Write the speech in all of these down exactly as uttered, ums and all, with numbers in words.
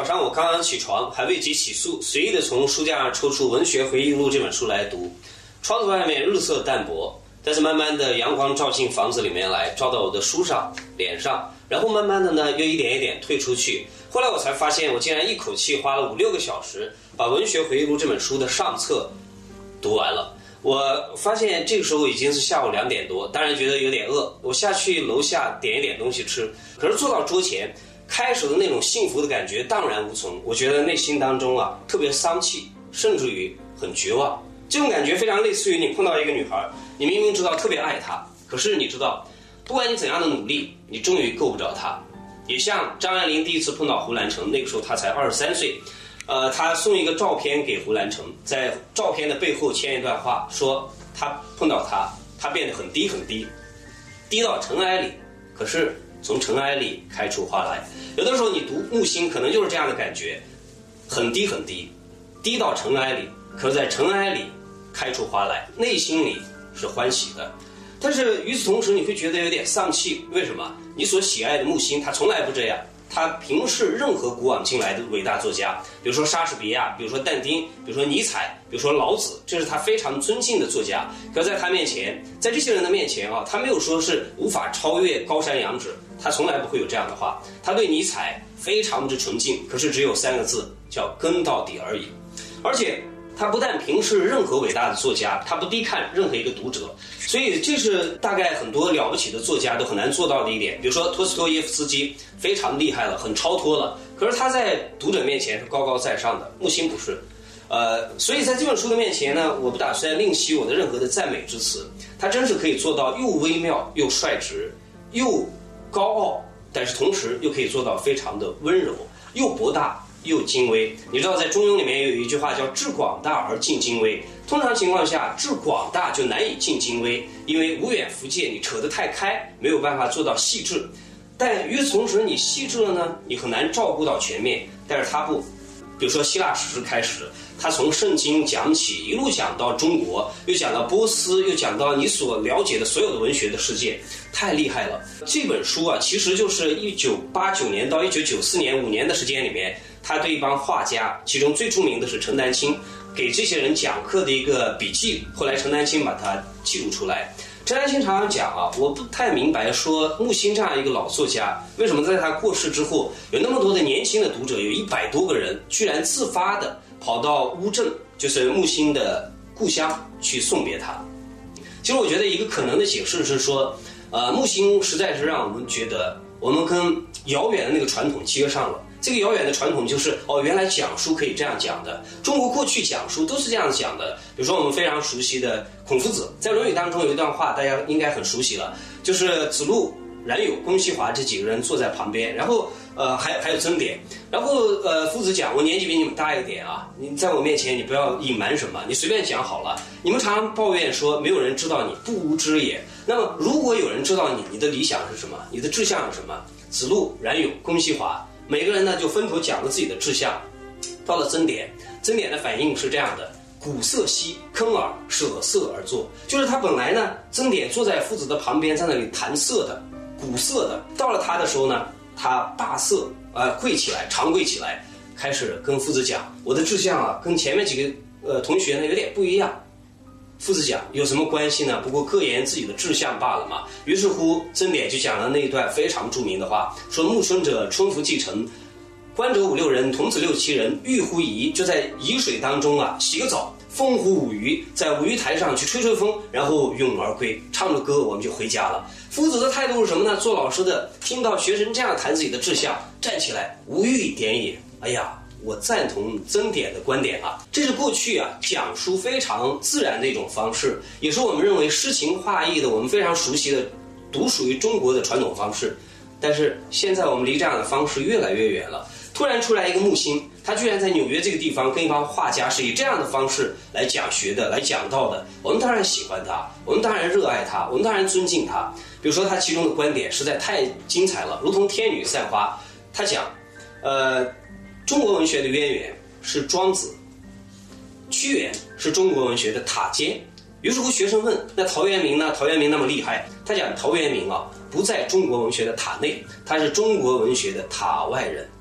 上我刚刚起床，还未及洗漱，随意的从书架上抽出《文学回忆录》这本书来读。窗子外面日色淡薄，但是慢慢的阳光照进房子里面来，照到我的书上、脸上，然后慢慢的呢又一点一点退出去。后来我才发现，我竟然一口气花了五六个小时把《文学回忆录》这本书的上册读完了。我发现这个时候已经是下午两点多，当然觉得有点饿，我下去楼下点一点东西吃。可是坐到桌前，开始的那种幸福的感觉荡然无存，我觉得内心当中啊特别丧气，甚至于很绝望。这种感觉非常类似于你碰到一个女孩，你明明知道特别爱她，可是你知道不管你怎样的努力，你终于够不着她。也像张爱玲第一次碰到胡兰成，那个时候她才二十三岁，呃，她送一个照片给胡兰成，在照片的背后签一段话，说她碰到他，他变得很低很低，低到尘埃里，可是从尘埃里开出花来。有的时候你读木心可能就是这样的感觉，很低很低，低到尘埃里，可是在尘埃里开出花来，内心里是欢喜的。但是与此同时你会觉得有点丧气，为什么？你所喜爱的木心他从来不这样，他平视任何古往今来的伟大作家，比如说莎士比亚，比如说但丁，比如说尼采，比如说老子，这是他非常尊敬的作家。可在他面前，在这些人的面前啊，他没有说是无法超越高山仰止，他从来不会有这样的话。他对尼采非常之纯净，可是只有三个字，叫跟到底而已。而且他不但平视任何伟大的作家，他不低看任何一个读者，所以这是大概很多了不起的作家都很难做到的一点。比如说托斯托耶夫斯基非常厉害了，很超脱了，可是他在读者面前是高高在上的，木心不是。呃，所以在这本书的面前呢，我不打算吝惜我的任何的赞美之词，他真是可以做到又微妙又率直，又高傲，但是同时又可以做到非常的温柔，又博大又精微。你知道在中庸里面有一句话叫致广大而尽精微，通常情况下致广大就难以尽精微，因为无远弗届，你扯得太开，没有办法做到细致。但与此同时你细致了呢，你很难照顾到全面。但是他不，比如说希腊史诗开始，他从圣经讲起，一路讲到中国，又讲到波斯，又讲到你所了解的所有的文学的世界，太厉害了。这本书啊，其实就是一九八九年到一九九四年五年的时间里面，他对一帮画家，其中最著名的是陈丹青，给这些人讲课的一个笔记，后来陈丹青把它记录出来。陈丹青常常讲啊，我不太明白说木心这样一个老作家，为什么在他过世之后，有那么多的年轻的读者，有一百多个人，居然自发的跑到乌镇，就是木心的故乡去送别他。其实我觉得一个可能的解释是说，呃，木心实在是让我们觉得我们跟遥远的那个传统接上了。这个遥远的传统就是哦，原来讲书可以这样讲的。中国过去讲书都是这样讲的。比如说我们非常熟悉的孔夫子，在《论语》当中有一段话，大家应该很熟悉了，就是子路、冉有、公西华这几个人坐在旁边，然后呃还还有曾点，然后呃夫子讲，我年纪比你们大一点啊，你在我面前你不要隐瞒什么，你随便讲好了。你们常常抱怨说没有人知道你，不无知也。那么如果有人知道你，你的理想是什么？你的志向是什么？子路、冉有、公西华。每个人呢就分头讲了自己的志向。到了曾点，曾点的反应是这样的：鼓瑟兮，坑耳，舍色而坐。就是他本来呢，曾点坐在夫子的旁边，在那里弹瑟的、鼓瑟的。到了他的时候呢，他罢瑟，呃，跪起来，长跪起来，开始跟夫子讲：我的志向啊，跟前面几个呃同学呢有点不一样。夫子讲有什么关系呢？不过各言自己的志向罢了嘛。于是乎曾点就讲了那一段非常著名的话，说暮春者春服既成，观者五六人，童子六七人，浴乎沂，就在沂水当中啊洗个澡，风乎舞鱼，在舞鱼台上去吹吹风，然后咏而归，唱着歌我们就回家了。夫子的态度是什么呢？做老师的听到学生这样谈自己的志向，站起来，无欲点也。哎呀，我赞同曾点的观点啊，这是过去啊讲书非常自然的一种方式，也是我们认为诗情画意的，我们非常熟悉的独属于中国的传统方式。但是现在我们离这样的方式越来越远了。突然出来一个木心，他居然在纽约这个地方跟一帮画家是以这样的方式来讲学的，来讲道的。我们当然喜欢他，我们当然热爱他，我们当然尊敬他。比如说他其中的观点实在太精彩了，如同天女散花。他讲呃中国文学的渊源是庄子，屈原是中国文学的塔尖。于是乎学生问，那陶渊明呢？陶渊明那么厉害，他讲陶渊明啊，不在中国文学的塔内，他是中国文学的塔外人。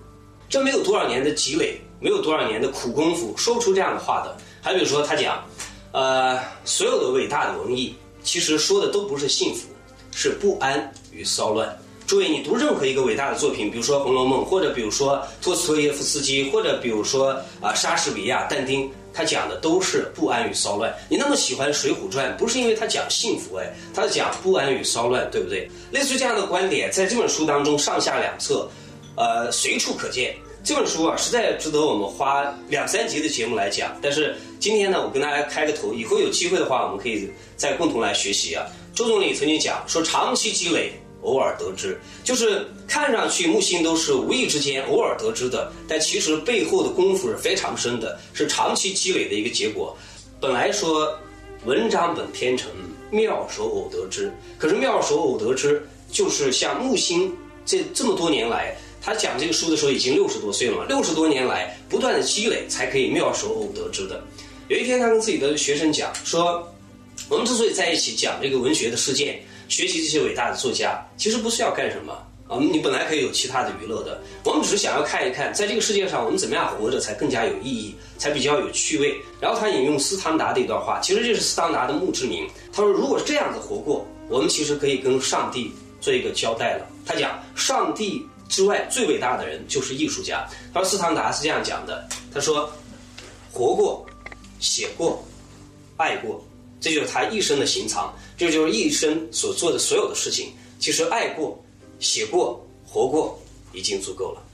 这没有多少年的积累，没有多少年的苦功夫，说不出这样的话的。还比如说他讲，呃，所有的伟大的文艺，其实说的都不是幸福，是不安与骚乱。诸位，你读任何一个伟大的作品，比如说《红楼梦》，或者比如说托斯托耶夫斯基，或者比如说啊、呃、莎士比亚、但丁，他讲的都是不安与骚乱。你那么喜欢《水浒传》，不是因为他讲幸福，哎，他讲不安与骚乱，对不对？类似于这样的观点，在这本书当中上下两册，呃，随处可见。这本书啊，实在值得我们花两三集的节目来讲。但是今天呢，我跟大家开个头，以后有机会的话，我们可以再共同来学习啊。周总理曾经讲说，长期积累，偶尔得知，就是看上去木星都是无意之间偶尔得知的，但其实背后的功夫是非常深的，是长期积累的一个结果。本来说文章本天成，妙手偶得之，可是妙手偶得之，就是像木星这这么多年来，他讲这个书的时候已经六十多岁了嘛，六十多年来不断的积累，才可以妙手偶得之的。有一天，他跟自己的学生讲说，我们之所以在一起讲这个文学的事件，学习这些伟大的作家，其实不是要干什么啊？你本来可以有其他的娱乐的，我们只是想要看一看，在这个世界上我们怎么样活着才更加有意义，才比较有趣味。然后他引用斯汤达的一段话，其实这是斯汤达的墓志铭。他说，如果这样子活过，我们其实可以跟上帝做一个交代了。他讲，上帝之外最伟大的人就是艺术家。他说斯汤达是这样讲的，他说，活过，写过，爱过，这就是他一生的行藏，这就是一生所做的所有的事情。其实爱过、写过、活过已经足够了。